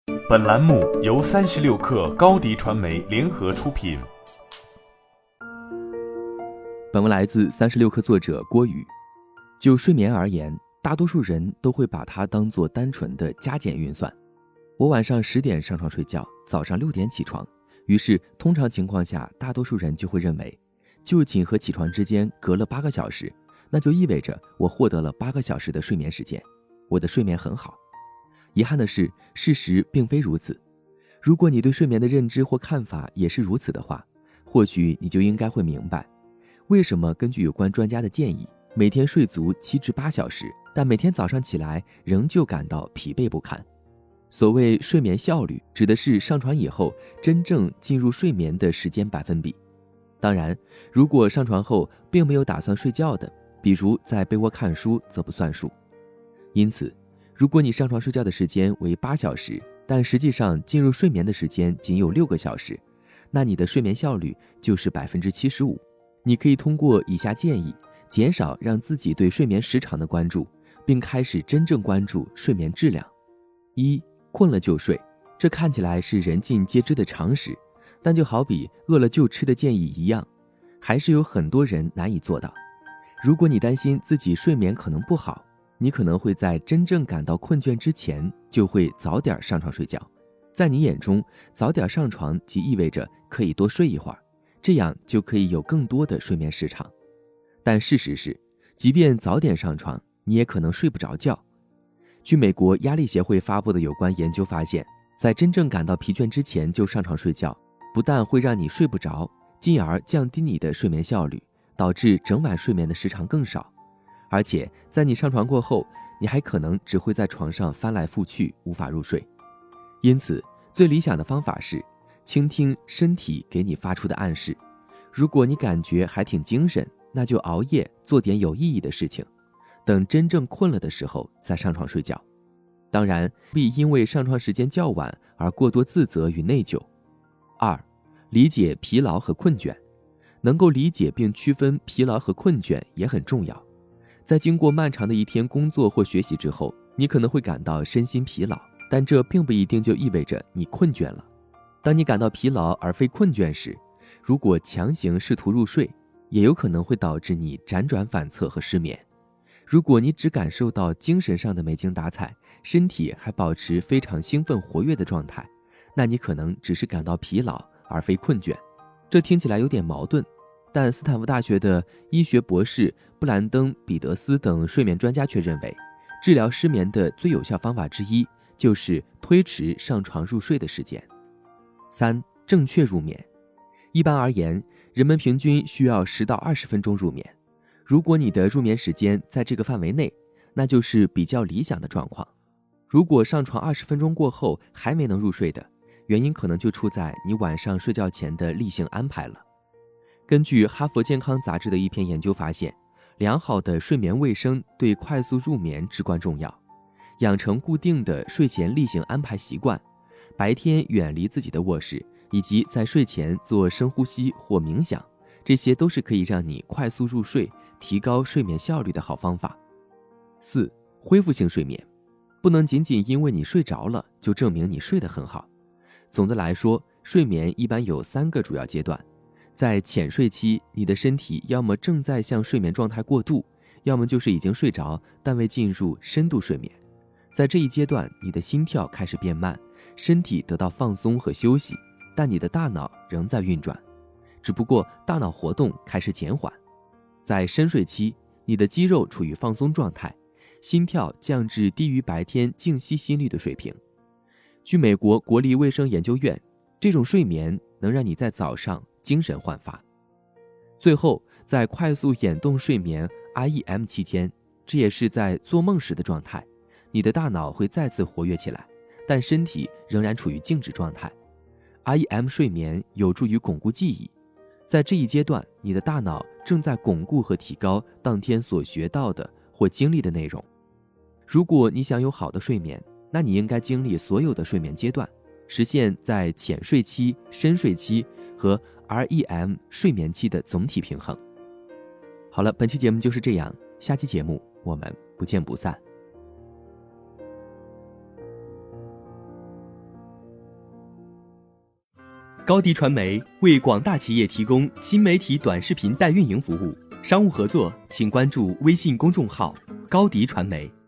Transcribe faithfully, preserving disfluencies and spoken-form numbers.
本栏目由三十六氪高迪传媒联合出品。 本文来自三十六氪作者郭宇。就睡眠而言，大多数人都会把它当作单纯的加减运算。我晚上十点上床睡觉，早上六点起床，于是通常情况下，大多数人就会认为，就寝和起床之间隔了八个小时，那就意味着我获得了八个小时的睡眠时间，我的睡眠很好。遗憾的是，事实并非如此。如果你对睡眠的认知或看法也是如此的话，或许你就应该会明白，为什么根据有关专家的建议，每天睡足七至八小时，但每天早上起来仍旧感到疲惫不堪。所谓睡眠效率，指的是上床以后真正进入睡眠的时间百分比。当然，如果上床后并没有打算睡觉的，比如在被窝看书，则不算数。因此，如果你上床睡觉的时间为八小时，但实际上进入睡眠的时间仅有六个小时，那你的睡眠效率就是百分之七十五。你可以通过以下建议，减少让自己对睡眠时长的关注，并开始真正关注睡眠质量。一、困了就睡，这看起来是人尽皆知的常识，但就好比饿了就吃的建议一样，还是有很多人难以做到。如果你担心自己睡眠可能不好，你可能会在真正感到困倦之前就会早点上床睡觉。在你眼中，早点上床即意味着可以多睡一会儿，这样就可以有更多的睡眠时长。但事实是，即便早点上床，你也可能睡不着觉。据美国压力协会发布的有关研究发现，在真正感到疲倦之前就上床睡觉，不但会让你睡不着，进而降低你的睡眠效率，导致整晚睡眠的时长更少。而且在你上床过后，你还可能只会在床上翻来覆去，无法入睡。因此，最理想的方法是倾听身体给你发出的暗示。如果你感觉还挺精神，那就熬夜做点有意义的事情，等真正困了的时候再上床睡觉。当然，不必因为上床时间较晚而过多自责与内疚。二、理解疲劳和困倦。能够理解并区分疲劳和困倦也很重要。在经过漫长的一天工作或学习之后，你可能会感到身心疲劳，但这并不一定就意味着你困倦了。当你感到疲劳而非困倦时，如果强行试图入睡，也有可能会导致你辗转反侧和失眠。如果你只感受到精神上的没精打采，身体还保持非常兴奋活跃的状态，那你可能只是感到疲劳而非困倦。这听起来有点矛盾，但斯坦福大学的医学博士布兰登·彼得斯等睡眠专家却认为，治疗失眠的最有效方法之一就是推迟上床入睡的时间。三、正确入眠。一般而言，人们平均需要十到二十分钟入眠。如果你的入眠时间在这个范围内，那就是比较理想的状况。如果上床二十分钟过后还没能入睡的，原因可能就出在你晚上睡觉前的例行安排了。根据哈佛健康杂志的一篇研究发现，良好的睡眠卫生对快速入眠至关重要。养成固定的睡前例行安排习惯，白天远离自己的卧室，以及在睡前做深呼吸或冥想，这些都是可以让你快速入睡、提高睡眠效率的好方法。四、恢复性睡眠。不能仅仅因为你睡着了，就证明你睡得很好。总的来说，睡眠一般有三个主要阶段。在浅睡期，你的身体要么正在向睡眠状态过渡，要么就是已经睡着，但未进入深度睡眠。在这一阶段，你的心跳开始变慢，身体得到放松和休息，但你的大脑仍在运转，只不过大脑活动开始减缓。在深睡期，你的肌肉处于放松状态，心跳降至低于白天静息心率的水平。据美国国立卫生研究院，这种睡眠能让你在早上精神焕发。最后，在快速眼动睡眠 R E M 期间，这也是在做梦时的状态，你的大脑会再次活跃起来，但身体仍然处于静止状态。R E M 睡眠有助于巩固记忆，在这一阶段，你的大脑正在巩固和提高当天所学到的或经历的内容。如果你想有好的睡眠，那你应该经历所有的睡眠阶段，实现在浅睡期、深睡期和 R E M 睡眠期的总体平衡。好了，本期节目就是这样，下期节目我们不见不散。 高迪传媒为广大企业提供新媒体短视频代运营服务，商务合作请关注微信公众号高迪传媒。